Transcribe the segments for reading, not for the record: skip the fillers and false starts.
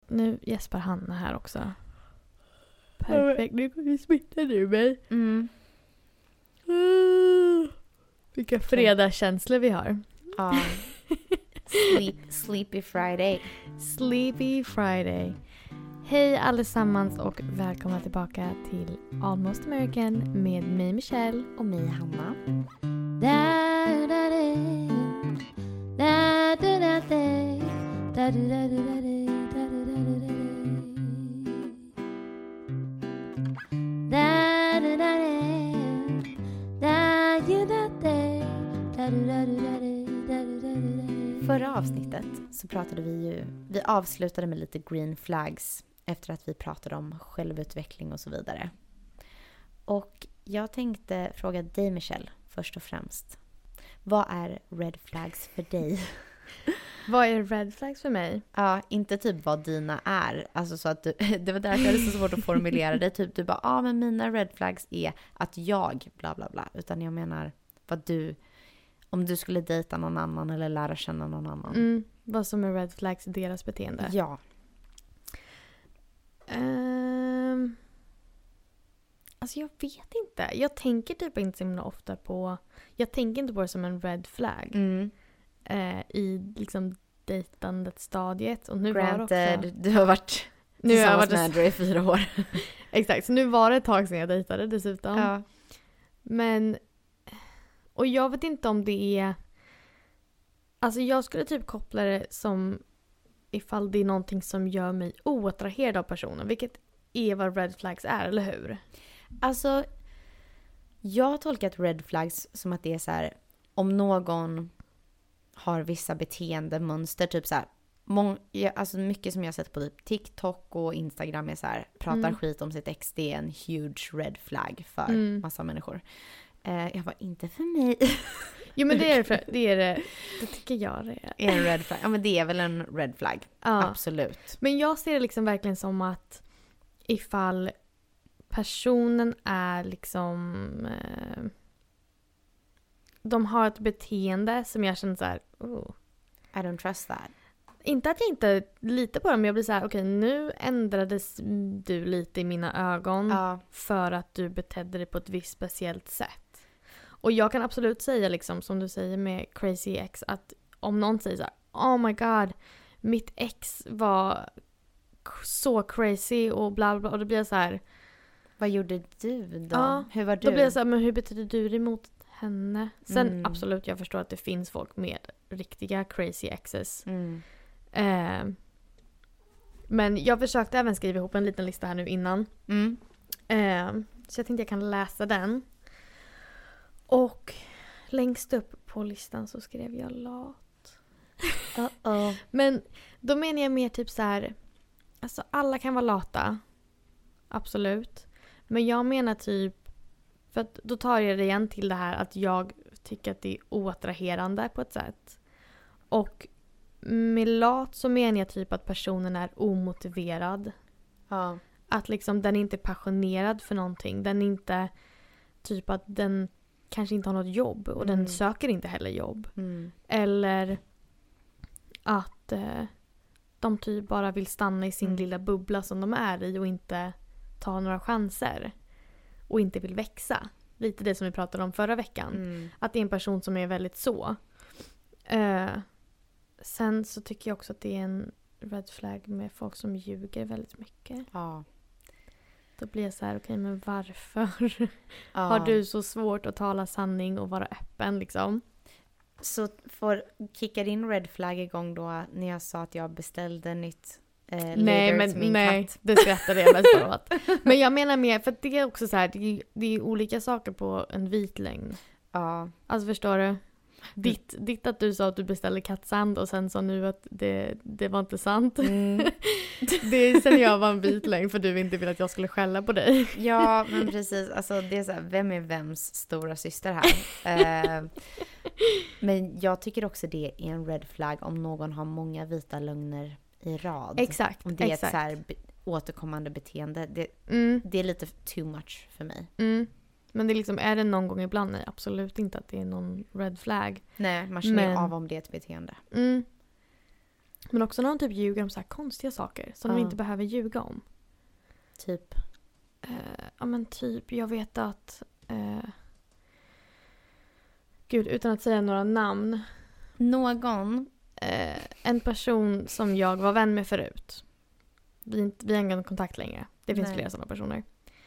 nu gäspar Hanna här också. Perfekt, nu smittar du mig. Vilka fredagskänslor vi har. Ja. Sleepy Friday. Sleepy Friday. Hej allesammans och välkomna tillbaka till Almost American med mig Michelle Och mig Hanna. Förra avsnittet så pratade vi avslutade med lite green flags efter att vi pratade om självutveckling och så vidare. Och jag tänkte fråga dig Michelle först och främst. Vad är red flags för dig? Vad är red flags för mig? Ja, inte typ vad dina är. Alltså så att det var därför jag hade så svårt att formulera det. Typ du bara, men mina red flags är att jag bla bla bla. Utan jag menar om du skulle dejta någon annan eller lära känna någon annan. Vad som är red flags i deras beteende. Ja. Alltså jag vet inte. Jag tänker typ inte så himla ofta på... Jag tänker inte på det som en red flag. I liksom dejtandet stadiet. Och nu Granted, var det också... du har varit tillsammans med Andrew i 4 år. Exakt, så nu var det ett tag sedan jag dejtade dessutom. Ja. Men... Och jag vet inte om det är... Alltså jag skulle typ koppla det som ifall det är någonting som gör mig oattraherad av personen. Vilket är vad red flags är, eller hur? Alltså, jag har tolkat red flags som att det är så här, om någon har vissa beteendemönster, typ så här, alltså mycket som jag har sett på typ TikTok och Instagram är så här, pratar skit om sitt ex, det är en huge red flag för massa människor. Jag var inte för mig. Jo men det är det tycker jag det är en red flag. Ja men det är väl en red flag. Ja. Absolut. Men jag ser det liksom verkligen som att ifall personen är liksom de har ett beteende som jag känner så här, I don't trust that. Inte att jag inte litar på dem, men jag blir så här, okej, nu ändrades du lite i mina ögon för att du betedde dig på ett visst speciellt sätt. Och jag kan absolut säga liksom, som du säger med crazy ex, att om någon säger så här, oh my god, mitt ex var så crazy och bla bla, och det blir så här, vad gjorde du då? Ja, hur var du? Då blir det så här, men hur betedde du dig mot henne? Sen absolut, jag förstår att det finns folk med riktiga crazy exes. Men jag försökte även skriva ihop en liten lista här nu innan. Så jag tänkte jag kan läsa den. Och längst upp på listan så skrev jag lat. Men då menar jag mer typ så här, alltså alla kan vara lata. Absolut. Men jag menar typ, för att då tar jag det igen till det här att jag tycker att det är oattraherande på ett sätt. Och med lat så menar jag typ att personen är omotiverad. Ja. Att liksom den är inte passionerad för någonting. Den är inte typ att den kanske inte har något jobb och den söker inte heller jobb. Eller att de typ bara vill stanna i sin lilla bubbla som de är i och inte ta några chanser. Och inte vill växa. Lite det som vi pratade om förra veckan. Att det är en person som är väldigt så. Sen så tycker jag också att det är en red flag med folk som ljuger väldigt mycket. Ja. Då blir jag så här, okej, men varför har du så svårt att tala sanning och vara öppen liksom? Så kickar din red flag igång då när jag sa att jag beställde nytt nej, det skrattade jag mest bara åt. Men jag menar mer, för det är också så här, det är olika saker på en vit lögn. Ja. Alltså förstår du? Ditt att du sa att du beställde kattsand och sen sa nu att det var inte sant. Det sen jag var en vit lögn för du inte ville att jag skulle skälla på dig. Ja, men precis. Alltså det är så här, vem är vems stora syster här? Men jag tycker också det är en red flag om någon har många vita lögner i rad. Exakt. Om det är ett så här återkommande beteende. Det är lite too much för mig. Men det är liksom, är det någon gång ibland? Nej, absolut inte att det är någon red flag. Nej, man känner av om det är ett beteende. Men också när de typ ljuger om så här konstiga saker som de inte behöver ljuga om. Typ? Ja men typ, jag vet att... Gud, utan att säga några namn. Någon? En person som jag var vän med förut. Vi har ingen kontakt längre. Det finns flera sådana personer.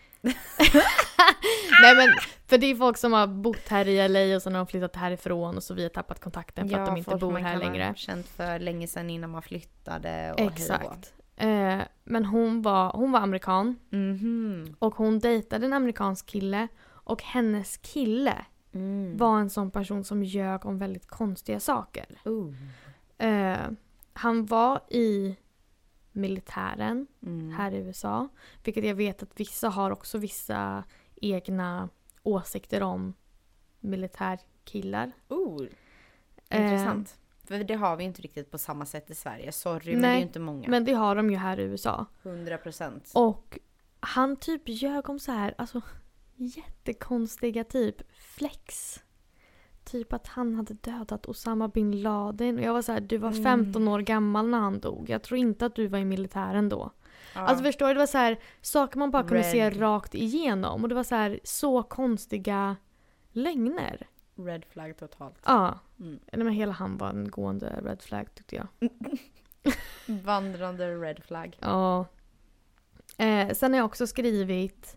Nej men, för det är folk som har bott här i LA och sen har de flyttat härifrån och så vi har tappat kontakten för att de inte bor här längre. Ja, känt för länge sedan innan man flyttade. Och exakt. Men hon var amerikan. Mm-hmm. Och hon dejtade en amerikansk kille. Och hennes kille var en sån person som ljög om väldigt konstiga saker. Han var i militären här i USA. Vilket jag vet att vissa har också vissa egna åsikter om militärkillar. Intressant. För det har vi inte riktigt på samma sätt i Sverige. Sorry, men det är ju inte många. Men det har de ju här i USA. 100%. Och han typ ljög om så här, alltså jättekonstiga typ flex. Typ att han hade dödat Osama bin Laden. Och jag var så här, du var 15 år gammal när han dog. Jag tror inte att du var i militären då. Alltså förstår du, det var så här saker man bara kunde se rakt igenom. Och det var så här, så konstiga lögner. Red flag totalt. Ja. Eller men hela han var en gående red flag tyckte jag. Vandrande red flag. Ja. Sen har jag också skrivit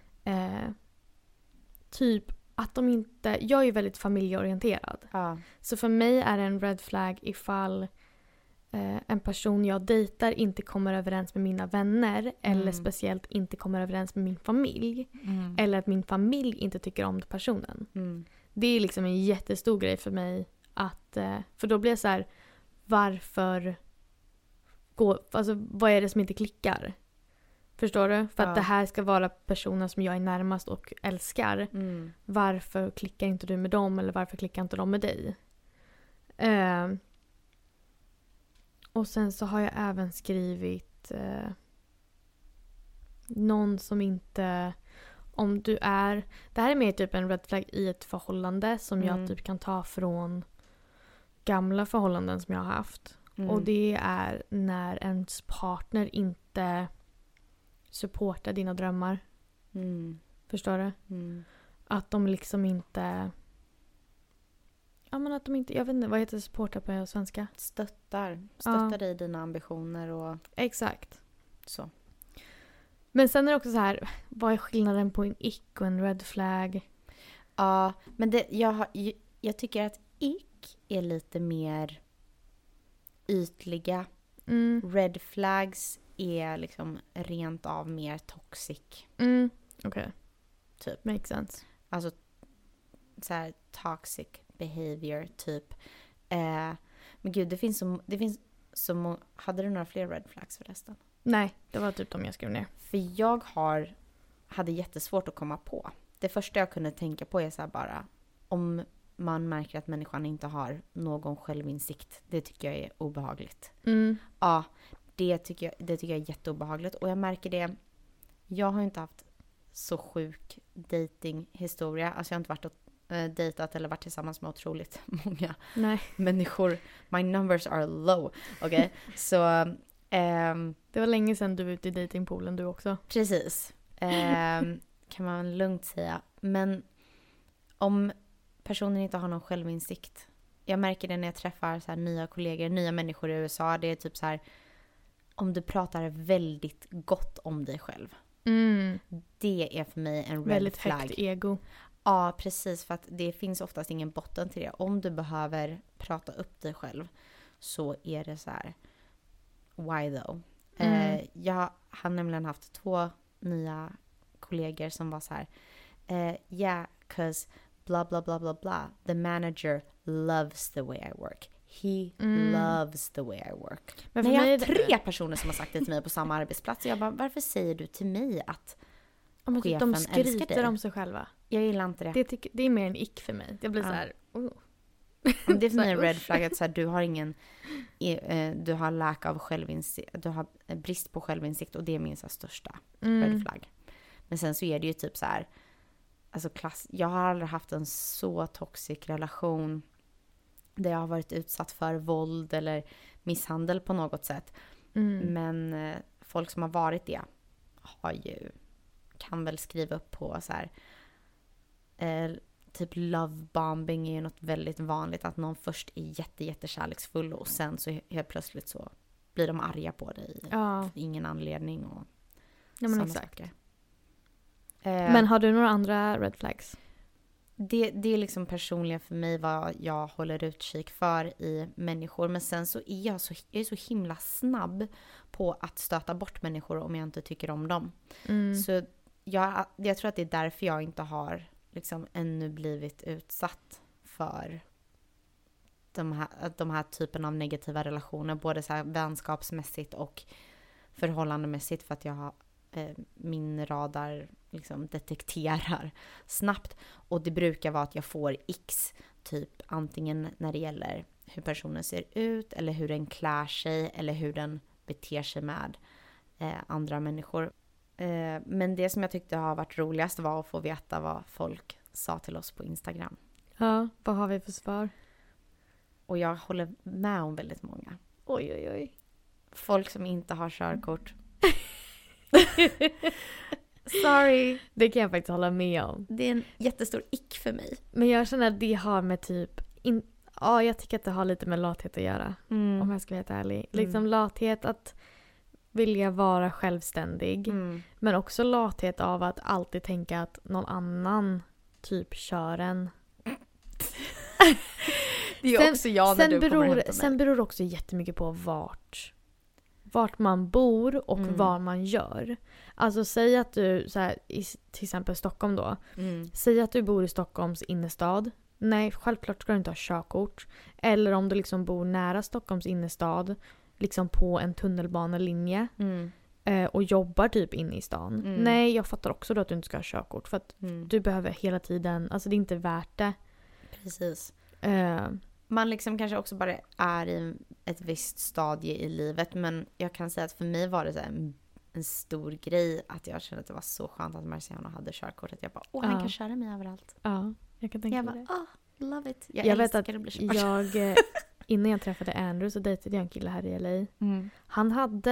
typ att de inte... Jag är ju väldigt familjeorienterad. Så för mig är det en red flag ifall en person jag dejtar inte kommer överens med mina vänner eller speciellt inte kommer överens med min familj. Eller att min familj inte tycker om personen. Det är liksom en jättestor grej för mig att... för då blir jag så här, varför... alltså vad är det som inte klickar? Förstår du? För att det här ska vara personer som jag är närmast och älskar. Varför klickar inte du med dem? Eller varför klickar inte de med dig? Och sen så har jag även skrivit någon som inte... Om du är... Det här är mer typ en red flag i ett förhållande som jag typ kan ta från gamla förhållanden som jag har haft. Och det är när ens partner inte supportar dina drömmar. Förstår du? Att de liksom inte... Ja men att de inte... Jag vet inte, vad heter supporta på svenska? Stöttar dig i dina ambitioner och... Exakt. Så. Men sen är det också så här, vad är skillnaden på en ick och en red flag? Ja, men jag tycker att ick är lite mer ytliga. Red flags är liksom rent av mer toxic. Okej. Typ. Makes sense. Alltså så här toxic behavior typ. Men gud, det finns så hade du några fler red flags förresten? Nej, det var typ de jag skrev ner. För jag hade jättesvårt att komma på. Det första jag kunde tänka på är så här bara om man märker att människan inte har någon självinsikt. Det tycker jag är obehagligt. Ja, det tycker jag är jätteobehagligt. Och jag märker det. Jag har inte haft så sjuk datinghistoria. Alltså jag har inte varit och dejtat eller varit tillsammans med otroligt många människor. My numbers are low. Okej, så... det var länge sedan du var ute i datingpoolen du också. Precis. Kan man lugnt säga. Men om personen inte har någon självinsikt. Jag märker det när jag träffar så här nya kollegor, nya människor i USA. Det är typ så här, om du pratar väldigt gott om dig själv. Det är för mig en red väldigt flag. Väldigt högt ego. Ja, precis. För att det finns oftast ingen botten till det. Om du behöver prata upp dig själv så är det så här, why though? Jag har nämligen haft 2 nya kollegor som var så här, yeah, 'cause blah blah blah blah blah. The manager loves the way I work. He loves the way I work. Men jag har 3 personer som har sagt det till mig på samma arbetsplats. Och jag bara, varför säger du till mig att chefen älskar dig? De skryter om sig själva. Jag gillar inte det. Det är mer en ick för mig. Det blir så här... Det är för mig en red flag att så här, du har lack av självinsikt, du har brist på självinsikt och det är min så här, största red flag. Men sen så är det ju typ så här, alltså jag har aldrig haft en så toxic relation där jag har varit utsatt för våld eller misshandel på något sätt. Men folk som har varit det kan väl skriva upp på så här typ lovebombing är ju något väldigt vanligt, att någon först är jättekärleksfull och sen så helt plötsligt så blir de arga på dig för ingen anledning och men exakt. Men har du några andra red flags? Det är liksom personligen för mig vad jag håller utkik för i människor. Men sen så är jag är så himla snabb på att stöta bort människor om jag inte tycker om dem. Så jag tror att det är därför jag inte har liksom ännu blivit utsatt för de här typen av negativa relationer. Både så här vänskapsmässigt och förhållandemässigt, för att jag har min radar liksom detekterar snabbt. Och det brukar vara att jag får x typ antingen när det gäller hur personen ser ut eller hur den klär sig eller hur den beter sig med andra människor. Men det som jag tyckte har varit roligast var att få veta vad folk sa till oss på Instagram. Ja, vad har vi för svar? Och jag håller med om väldigt många. Oj. Folk som inte har körkort. Sorry. Det kan jag faktiskt hålla med om. Det är en jättestor ick för mig. Men jag känner att det har med typ... jag tycker att det har lite med lathet att göra. Om jag ska vara helt ärlig. Liksom lathet att vilja vara självständig. Men också lathet av att alltid tänka att någon annan typ kör en. Det är också jag när du kommer hämta mig. Sen beror det också jättemycket på vart man bor och vad man gör. Alltså säg att du, så här, till exempel Stockholm då. Säg att du bor i Stockholms innerstad. Nej, självklart ska du inte ha körkort. Eller om du liksom bor nära Stockholms innerstad, liksom på en tunnelbanelinje och jobbar typ inne i stan. Nej, jag fattar också då att du inte ska ha körkort. För att du behöver hela tiden, alltså det är inte värt det. Precis. Man liksom kanske också bara är i ett visst stadie i livet. Men jag kan säga att för mig var det så här en stor grej att jag kände att det var så skönt att Marciano hade körkort. Att jag bara, han kan köra mig överallt. Ja, jag kan tänka det. Love it. Jag vet att innan jag träffade Andrew så dejtade jag en kille här i LA. Han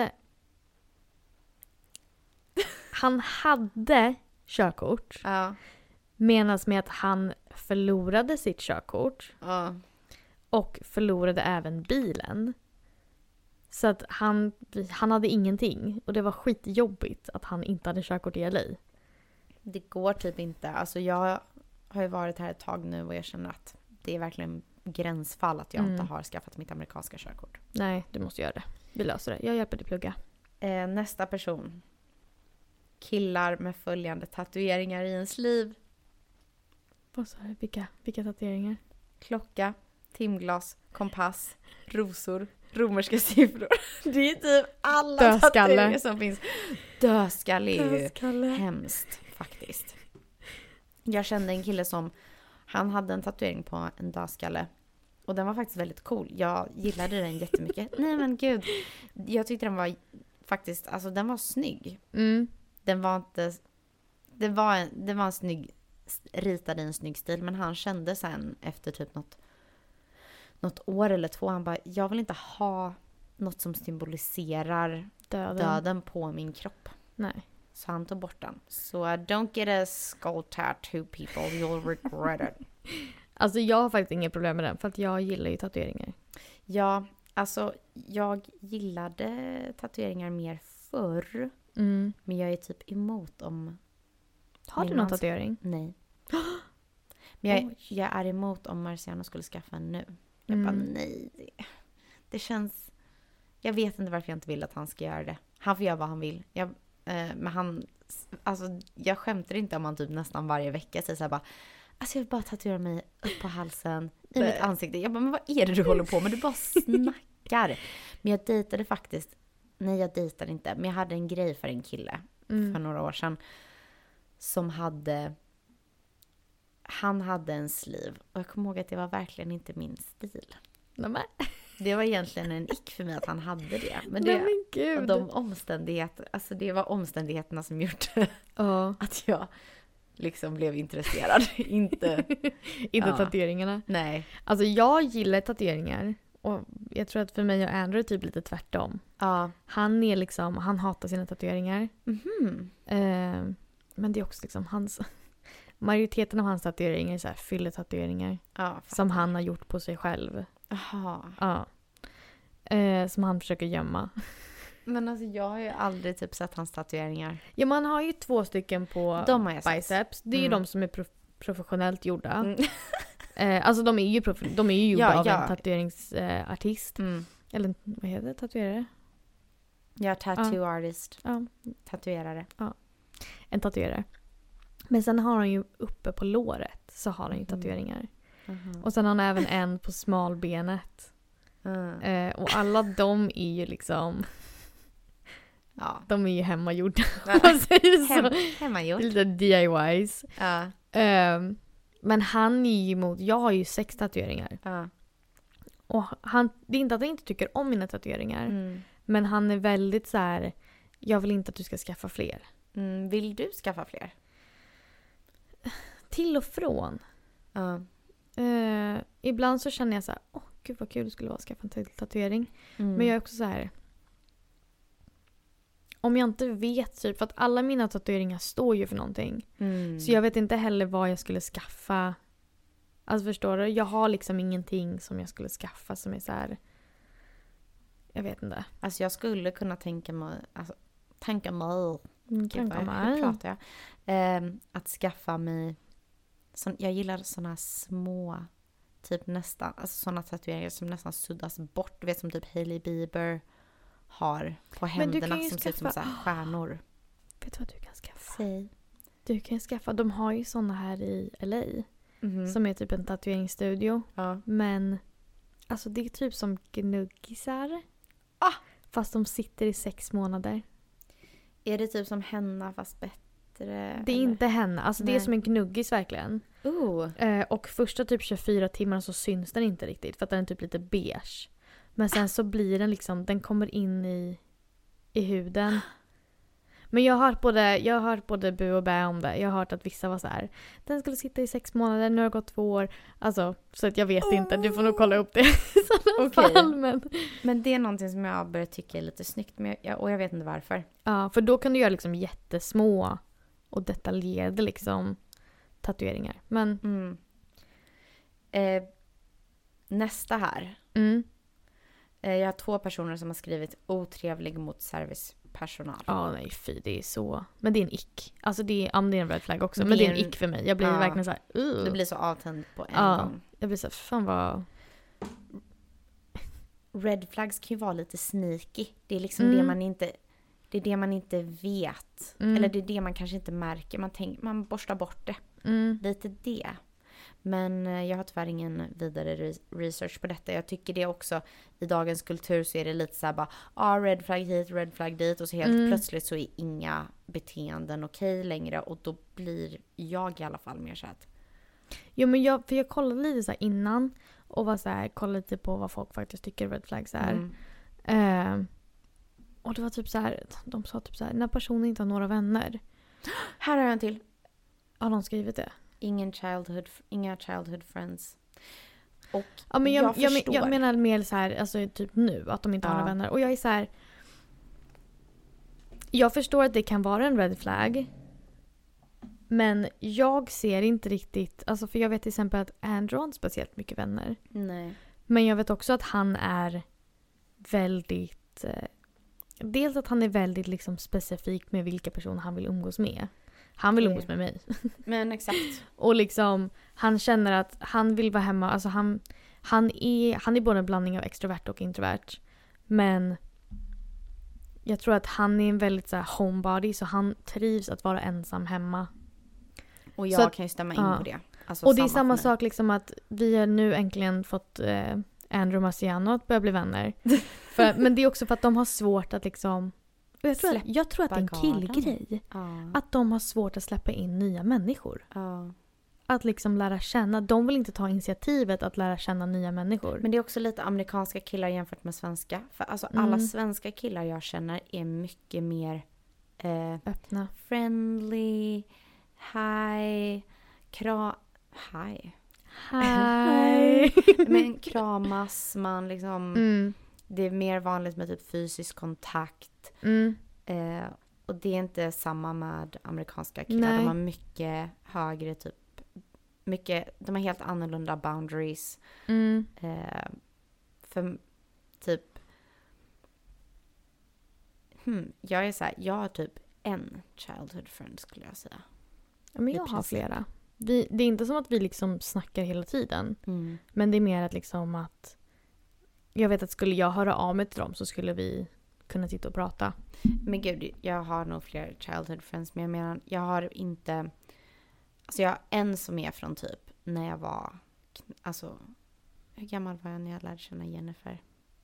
hade körkort. Menas med att han förlorade sitt körkort. Och förlorade även bilen. Så att han hade ingenting. Och det var skitjobbigt att han inte hade körkort i LA. Det går typ inte. Alltså jag har ju varit här ett tag nu och jag känner att det är verkligen gränsfall att jag inte har skaffat mitt amerikanska körkort. Nej, du måste göra det. Vi löser det. Jag hjälper dig plugga. Nästa person. Killar med följande tatueringar i ens liv. Vad sa du? Vilka tatueringar? Klocka, timglas, kompass, rosor, romerska siffror. Det är typ alla tatueringar som finns. Dödskalle är ju hemskt faktiskt. Jag kände en kille som, han hade en tatuering på en dödskalle. Och den var faktiskt väldigt cool. Jag gillade den jättemycket. Nej men gud. Jag tyckte den var faktiskt, alltså den var snygg. Den var inte, det var en snygg, ritad i en snygg stil. Men han kände sen efter typ något år eller 2, han bara, jag vill inte ha något som symboliserar döden på min kropp. Nej. Så han tog bort den. Så don't get a skull tattoo people, you'll regret it. Alltså jag har faktiskt inget problem med den, för att jag gillar ju tatueringar. Ja, alltså jag gillade tatueringar mer förr. Men jag är typ emot om... Har du någon tatuering? Nej. Men jag är emot om Marciano skulle skaffa en nu. Jag bara nej. Det känns... Jag vet inte varför jag inte vill att han ska göra det. Han får göra vad han vill. Men han... Alltså jag skämtar inte om han typ nästan varje vecka säger så här bara... Alltså jag vill bara tatuera mig upp på halsen, i mitt ansikte. Jag bara, men vad är det du håller på med? Du bara snackar. Men jag dejtade faktiskt... Nej, jag dejtade inte. Men jag hade en grej för en kille för några år sedan. Som hade... Han hade en sleeve. Och jag kommer ihåg att det var verkligen inte min stil. Nämen. Det var egentligen en ick för mig att han hade det. Men det, de omständigheter, alltså det var omständigheterna som gjorde att jag liksom blev intresserad. Inte tatueringarna. Nej. Alltså jag gillar tatueringar. Och jag tror att för mig och Andrew är typ lite tvärtom. Ja. Han är liksom, han hatar sina tatueringar. Mhm. Men det är också liksom hans... Majoriteten av hans tatueringar är så här fylletatueringar. Ja, som han har gjort på sig själv. Aha. Ja. Som han försöker gömma. Men alltså jag har ju aldrig typ sett hans tatueringar. Ja, man har ju 2 stycken på De har jag sett. biceps. Det är ju de som är professionellt gjorda. Mm. Alltså de är ju gjorda av ja. en tatueringsartist. Mm. Eller vad heter det? Tatuerare? Ja, tattoo artist. Ja. Tatuerare. Ja. En tatuerare. Men sen har han ju uppe på låret så har han ju tatueringar. Och sen har han även en på smalbenet. Och alla de är ju liksom... Ja. De är ju hemmagjorda. Hemmagjort. Lite DIYs. Ja. Men han är ju emot... Jag har ju 6 tatueringar. Ja. Och det är inte att han inte tycker om mina tatueringar. Mm. Men han är väldigt så här... Jag vill inte att du ska skaffa fler. Vill du skaffa fler? Till och från. Ja. Ibland så känner jag så här... Gud vad kul det skulle vara att skaffa en till tatuering. Men jag är också så här... Om jag inte vet typ... För att alla mina tatueringar står ju för någonting. Så jag vet inte heller vad jag skulle skaffa. Alltså förstår du? Jag har liksom ingenting som jag skulle skaffa som är så här... Jag vet inte. Alltså jag skulle kunna tänka mig... Hur pratar jag? Att skaffa mig... jag gillar såna små... Typ nästan... Alltså såna tatueringar som nästan suddas bort. Du vet som typ Hailey Bieber har på händerna som ser ut som så här stjärnor. Vet du vad du kan skaffa? Säg. Du kan skaffa... De har ju såna här i LA. Som är typ en tatueringsstudio. Ja. Men alltså det är typ som gnuggisar. Fast de sitter i 6 månader. Är det typ som henna fast bättre? Det är inte henna. Alltså det är som en gnuggis verkligen. Och första typ 24 timmar så syns den inte riktigt. För att den är typ lite beige. Men sen så blir den liksom... Den kommer in i huden. Men jag har hört både bu och bä om det. Jag har hört att vissa var så här... Den skulle sitta i 6 månader. Nu har det gått 2 år. Alltså, så att jag vet inte. Du får nog kolla upp det i sådana fall. Men det är någonting som jag börjar tycka är lite snyggt. Och jag vet inte varför. Ja, för då kan du göra liksom jättesmå och detaljerade liksom tatueringar. Men... Nästa här. Jag har 2 personer som har skrivit otrevlig mot servicepersonal. Ja, nej fy, det är så. Men det är en ick. Alltså det är en red flag också. Men det är en ick för mig. Jag blir verkligen så här... Det blir så avtänd på en gång. Jag blir så här, fan vad... Red flags kan ju vara lite sneaky. Det är liksom det man inte... Det är det man inte vet. Eller det är det man kanske inte märker. Man borstar bort det. Lite det. Men jag har tyvärr ingen vidare research på detta. Jag tycker det också, i dagens kultur så är det lite så här bara, red flag hit, red flag dit. Och så helt plötsligt så är inga beteenden okej längre. Och då blir jag i alla fall mer så att... Jo, men jag kollade lite så här innan. Och var så här, kollade lite på vad folk faktiskt tycker red flags är. Och det var typ så här, de sa typ så här, när personen inte har några vänner. Här har jag en till. Har de skrivit det? Inga childhood friends. Och ja, men jag menar mer så här, alltså typ nu, att de inte har några vänner. Och jag är så här, jag förstår att det kan vara en red flag. Men jag ser inte riktigt, alltså för jag vet till exempel att Andrew har inte speciellt mycket vänner. Nej. Men jag vet också att han är väldigt, dels att han är väldigt liksom specifik med vilka personer han vill umgås med. Han vill umgås med mig. Men exakt. Och liksom, han känner att han vill vara hemma. Alltså han är både en blandning av extrovert och introvert. Men jag tror att han är en väldigt så här homebody. Så han trivs att vara ensam hemma. Och jag kan ju stämma in på det. Alltså, och det är samma sak liksom att vi har nu äntligen fått Andrew Marciano att börja bli vänner. Men det är också för att de har svårt att liksom... Jag tror att det är en killgrej. Att de har svårt att släppa in nya människor. Att liksom lära känna. De vill inte ta initiativet att lära känna nya människor. Men det är också lite amerikanska killar jämfört med svenska. För alltså alla svenska killar jag känner är mycket mer öppna. Friendly. Hi. Hi. Men kramas man liksom. Det är mer vanligt med typ fysisk kontakt. Och det är inte samma med amerikanska killar. Nej. De har mycket högre typ. De har helt annorlunda boundaries. För typ. Jag är så här, jag har typ en childhood friend skulle jag säga. Ja, men jag har flera. Det är inte som att vi liksom snackar hela tiden. Men det är mer att liksom att jag vet att skulle jag höra av mig till dem så skulle vi kunna sitta och prata. Men gud, jag har nog fler childhood friends. Men jag menar, jag har inte. Alltså jag har en som är från typ när jag var. Alltså, hur gammal var jag när jag lärde känna Jennifer?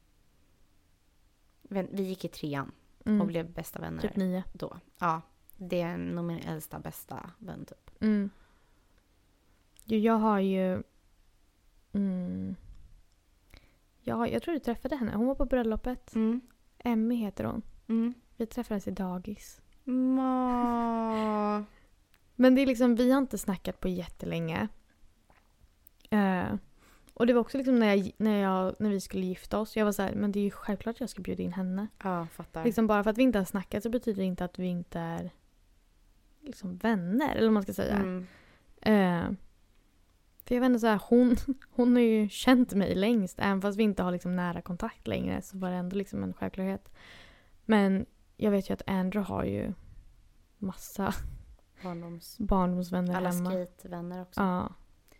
Vi gick i 3:an och blev bästa vänner. Typ 9. Då. Ja, det är nog min äldsta bästa vän typ. Jag har ju. Ja, jag tror du träffade henne. Hon var på bröllopet. Emmy heter hon. Vi träffades i dagis. Men det är liksom, vi har inte snackat på jättelänge. Och det var också liksom när vi skulle gifta oss. Jag var så här, men det är ju självklart att jag ska bjuda in henne. Ja, fattar. Liksom bara för att vi inte har snackat så betyder det inte att vi inte är liksom vänner. Eller vad man ska säga. För jag vet inte så här, hon har ju känt mig längst. Även fast vi inte har liksom nära kontakt längre så var det ändå liksom en självklarhet. Men jag vet ju att Andrew har ju massa barndomsvänner alla hemma. Alla skatevänner också. Ja.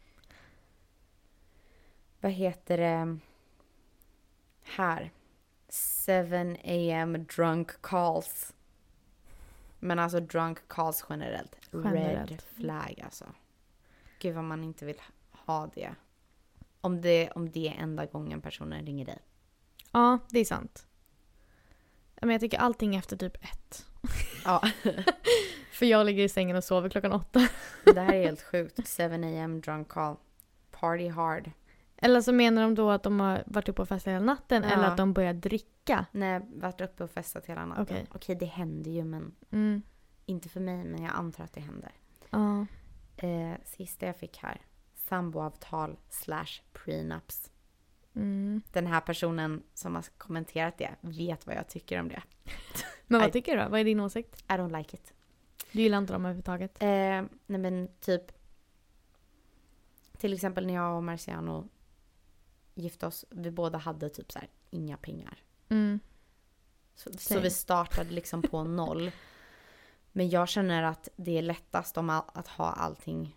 Vad heter det? Här. 7 a.m. drunk calls. Men alltså drunk calls generellt. Red flag alltså. Gud vad man inte vill ha det. Om det är enda gången personen ringer dig. Ja, det är sant. Men jag tycker allting efter typ 1. Ja. För jag ligger i sängen och sover klockan 8. Det här är helt sjukt. 7 a.m. drunk call. Party hard. Eller så menar de då att de har varit uppe och festat hela natten. Eller att de börjar dricka. Nej, varit uppe och festat hela natten. Okej, det händer ju men inte för mig. Men jag antar att det händer. Ja. Sista jag fick här. Samboavtal / prenups. Den här personen som har kommenterat det vet vad jag tycker om det. Men vad tycker du då? Vad är din åsikt? I don't like it. Du gillar inte dem överhuvudtaget? Nej men typ. Till exempel när jag och Marciano gifte oss. Vi båda hade typ så här inga pengar. Så vi startade liksom på 0. Men jag känner att det är lättast att ha allting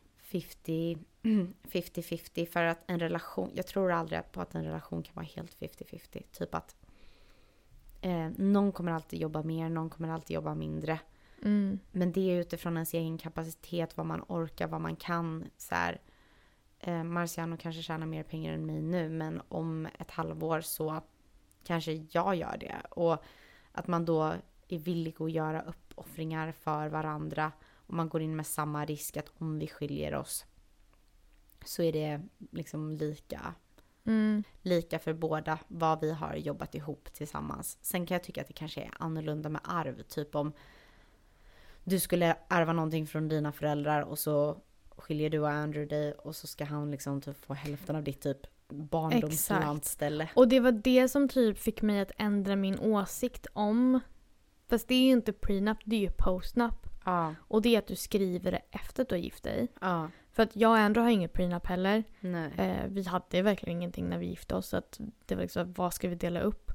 50-50 för att en relation, jag tror aldrig på att en relation kan vara helt 50-50. Typ att någon kommer alltid jobba mer, någon kommer alltid jobba mindre. Men det är utifrån ens egen kapacitet, vad man orkar, vad man kan. Så här, Marciano kanske tjänar mer pengar än mig nu, men om ett halvår så kanske jag gör det. Och att man då är villig att göra uppoffringar för varandra. Och man går in med samma risk att om vi skiljer oss så är det liksom lika för båda vad vi har jobbat ihop tillsammans. Sen kan jag tycka att det kanske är annorlunda med arv. Typ om du skulle ärva någonting från dina föräldrar och så skiljer du och Andrew dig och så ska han liksom typ få hälften av ditt typ barndomslandställe. Och det var det som typ fick mig att ändra min åsikt om. Fast det är ju inte prenup, det är ju postnup. Och det är att du skriver det efter att du har gift dig. För att jag och Andrew har inget prenup heller. Nej. Vi hade verkligen ingenting när vi gifte oss. Så att det var liksom, vad ska vi dela upp?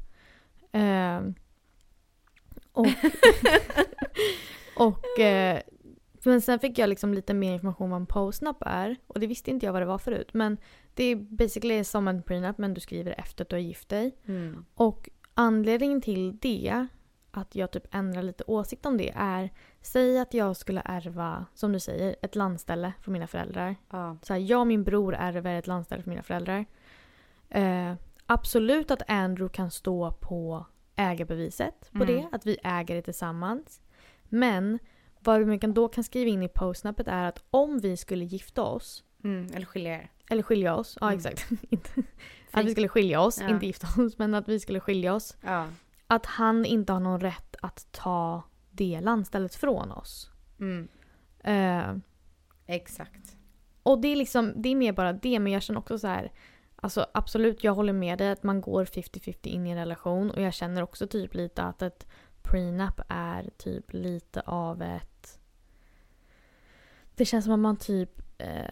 Men sen fick jag liksom lite mer information om vad en postnup är. Och det visste inte jag vad det var förut. Men det är basically som en prenup, men du skriver efter att du har gift dig. Och anledningen till det, att jag typ ändrar lite åsikt om det, är, säg att jag skulle ärva, som du säger, ett landställe från mina föräldrar. Så här, jag och min bror ärver ett landställe från mina föräldrar. Absolut att Andrew kan stå på ägarbeviset på det, att vi äger det tillsammans. Men vad vi då kan skriva in i postnappet är att om vi skulle gifta oss eller skilja oss, ja exakt. Att vi skulle skilja oss, inte gifta oss, men att vi skulle skilja oss. Att han inte har någon rätt att ta det landstället från oss. Exakt. Och det är liksom, det är mer bara det, men jag känner också så här, alltså absolut, jag håller med dig att man går 50-50 in i en relation, och jag känner också typ lite att ett prenup är typ lite av ett, det känns som att man typ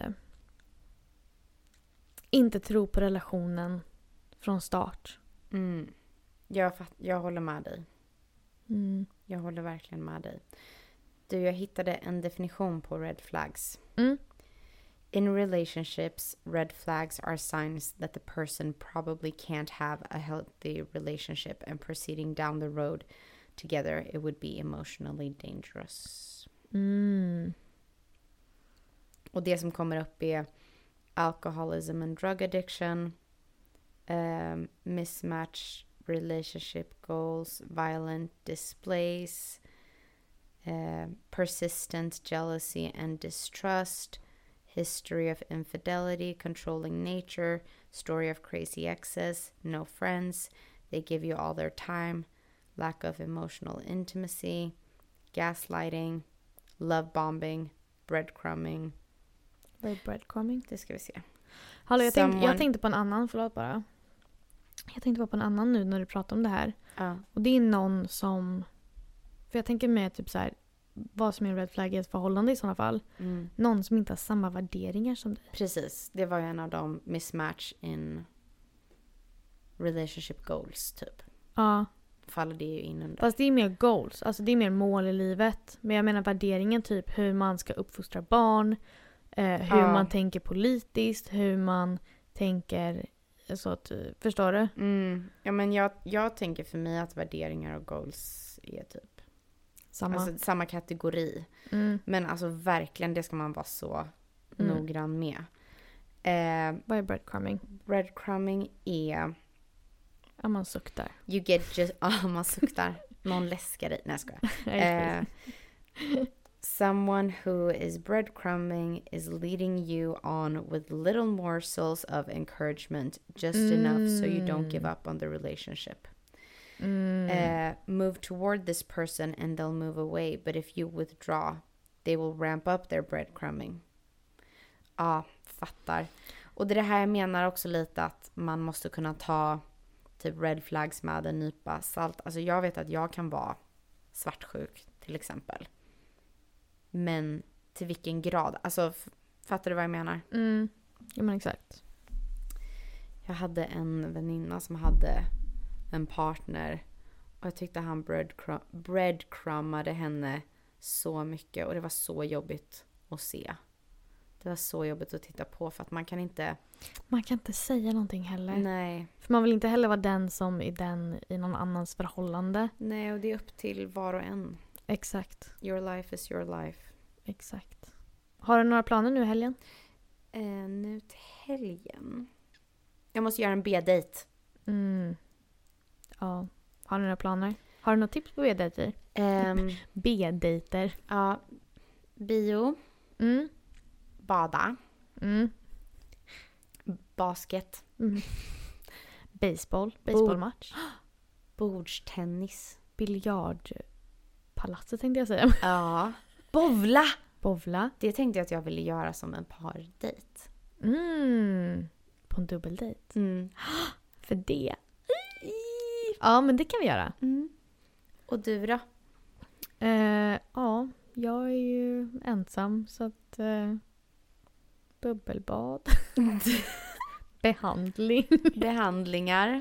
inte tror på relationen från start. Jag håller med dig. Jag håller verkligen med dig. Du, jag hittade en definition på red flags. In relationships, red flags are signs that the person probably can't have a healthy relationship, and proceeding down the road together, it would be emotionally dangerous. Och det som kommer upp är alcoholism and drug addiction, mismatched relationship goals, violent displays, persistent jealousy and distrust, history of infidelity, controlling nature, story of crazy exes, no friends, they give you all their time, lack of emotional intimacy, gaslighting, love bombing, breadcrumbing. Vad är breadcrumbing? Det ska vi se. Hallå, jag tänkte på en annan, förlåt bara. Jag tänkte på en annan nu när du pratar om det här. Och det är någon som, för jag tänker mig typ så här, vad som är en red flag i ett förhållande i sådana fall. Någon som inte har samma värderingar som dig. Precis, det var ju en av de mismatch in relationship goals typ. Ja. Faller det ju in under. Fast det är mer goals, alltså det är mer mål i livet. Men jag menar värderingen typ hur man ska uppfostra barn, hur man tänker politiskt, hur man tänker så att, förstår du? Ja, men jag tänker för mig att värderingar och goals är typ samma kategori. Men alltså verkligen, det ska man vara så noggrann med. Vad är breadcrumbing? Breadcrumbing är... Ja, man suktar. You get just... man suktar. Någon läskar dig. Nej, jag skojar. Someone who is breadcrumbing is leading you on with little morsels of encouragement, just enough so you don't give up on the relationship. Move toward this person and they'll move away, but if you withdraw, they will ramp up their breadcrumbing. Ja, fattar. Och det här jag menar också lite att man måste kunna ta typ red flags med en nypa salt. Alltså jag vet att jag kan vara svartsjuk till exempel. Men till vilken grad? Alltså, fattar du vad jag menar? Ja, men exakt. Jag hade en väninna som hade en partner. Och jag tyckte han breadcrumbade henne så mycket. Och det var så jobbigt att se. Det var så jobbigt att titta på. För att man kan inte säga någonting heller. Nej. För man vill inte heller vara den som är den i någon annans förhållande. Nej, och det är upp till var och en. Exakt. Your life is your life. Exakt. Har du några planer nu i helgen? Nu till helgen? Jag måste göra en B-date. Ja. Har du några planer? Har du några tips på B-dejter? B-dejter. Ja. Bio. Bada. Basket. Baseballmatch. Bordstennis. Biljardpalatset tänkte jag säga. Ja. Bovla. Det tänkte jag att jag ville göra som en pardejt. På en dubbeldejt. För det. Ja, men det kan vi göra. Och du då? Ja, jag är ju ensam så att bubbelbad. Behandlingar.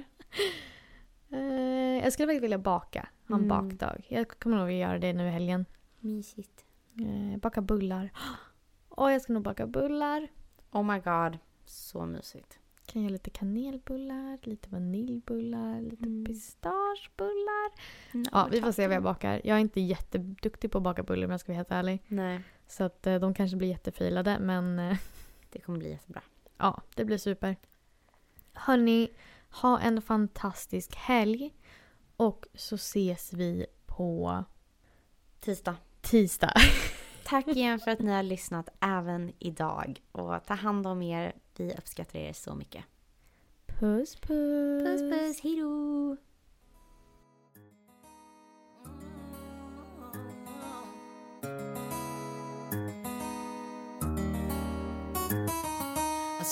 Jag skulle faktiskt vilja baka. Ha en bakdag. Jag kommer nog att göra det nu i helgen. Mysigt. Baka bullar. Jag ska nog baka bullar. Oh my god. Så mysigt. Kan göra lite kanelbullar, lite vaniljbullar, lite pistagebullar. Ja, vi får se vad jag bakar. Jag är inte jätteduktig på att baka bullar om jag ska vara helt ärlig. Nej. Så att de kanske blir jättefilade, men... Det kommer bli jättebra. Ja, det blir super. Hörni, ha en fantastisk helg. Och så ses vi på... Tisdag. Tack igen för att ni har lyssnat även idag. Och ta hand om er. Vi uppskattar er så mycket. Puss, puss. Puss, puss. Hej då.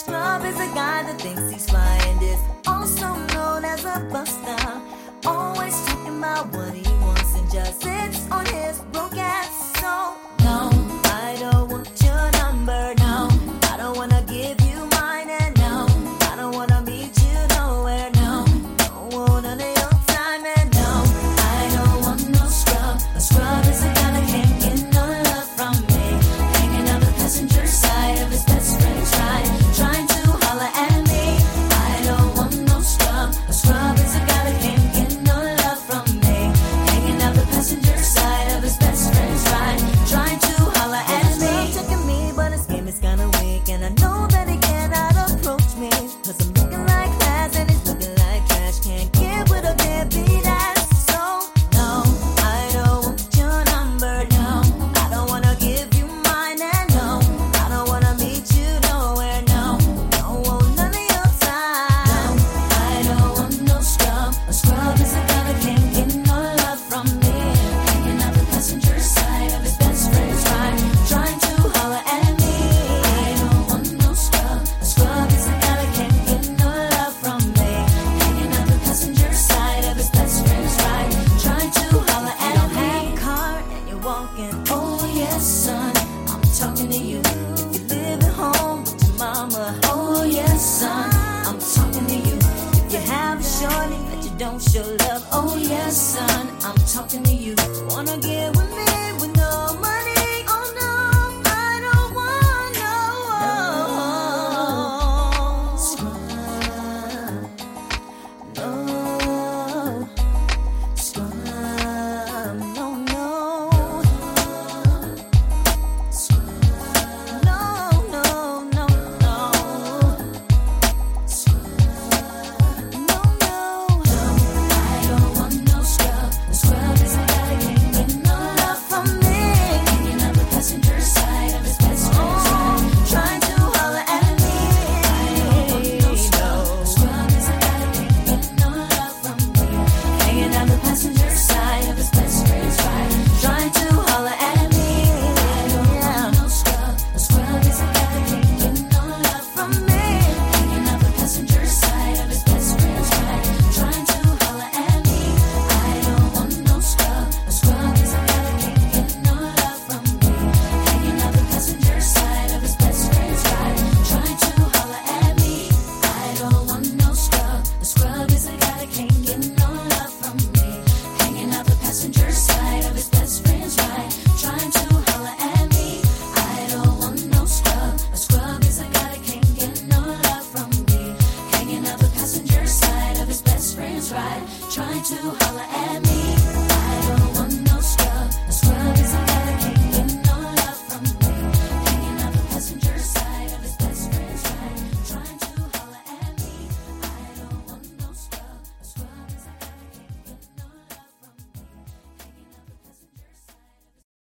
scrub is a guy that thinks he's flying this, also known as a buster. Always talking about what he wants and just sits on his broke ass. So no, I don't want your number. No, I don't wanna give you mine. And no, I don't wanna meet you nowhere. No, don't want none of your time. And no, I don't want no scrub. A scrub is a guy that can't get no love from me. Hanging out the passenger side of his best friend's ride, trying to holler at me. I don't want no scrub. A scrub is a guy that can't get no love from me. Hanging out the passenger side of his best friend's ride, trying to holler at me. He's taking me, but his game is kinda weak, and I know that he cannot approach me, 'cause I'm looking like class and he's looking like trash. Can't get with a deadbeat ass. So no, I don't want your number. No, I don't wanna give you mine. And no, I don't wanna meet you nowhere. No, don't want none of your time. No, I don't want no scrub. A scrub is a guy that can't get no love from me. Hanging out the passenger side of his best friend's ride, trying to holler at me. I don't want no scrub. A scrub is a guy that can't get no love from me. Hanging out the passenger side of his best friend's ride, trying to holler at me. You don't have a car and you're walking. Oh yes, son, I'm talking to you. If you live at home with your mama. Oh yes, son, I'm talking to you. If you have a shorty that you don't show love. Oh yes, son, I'm talking to you. Wanna get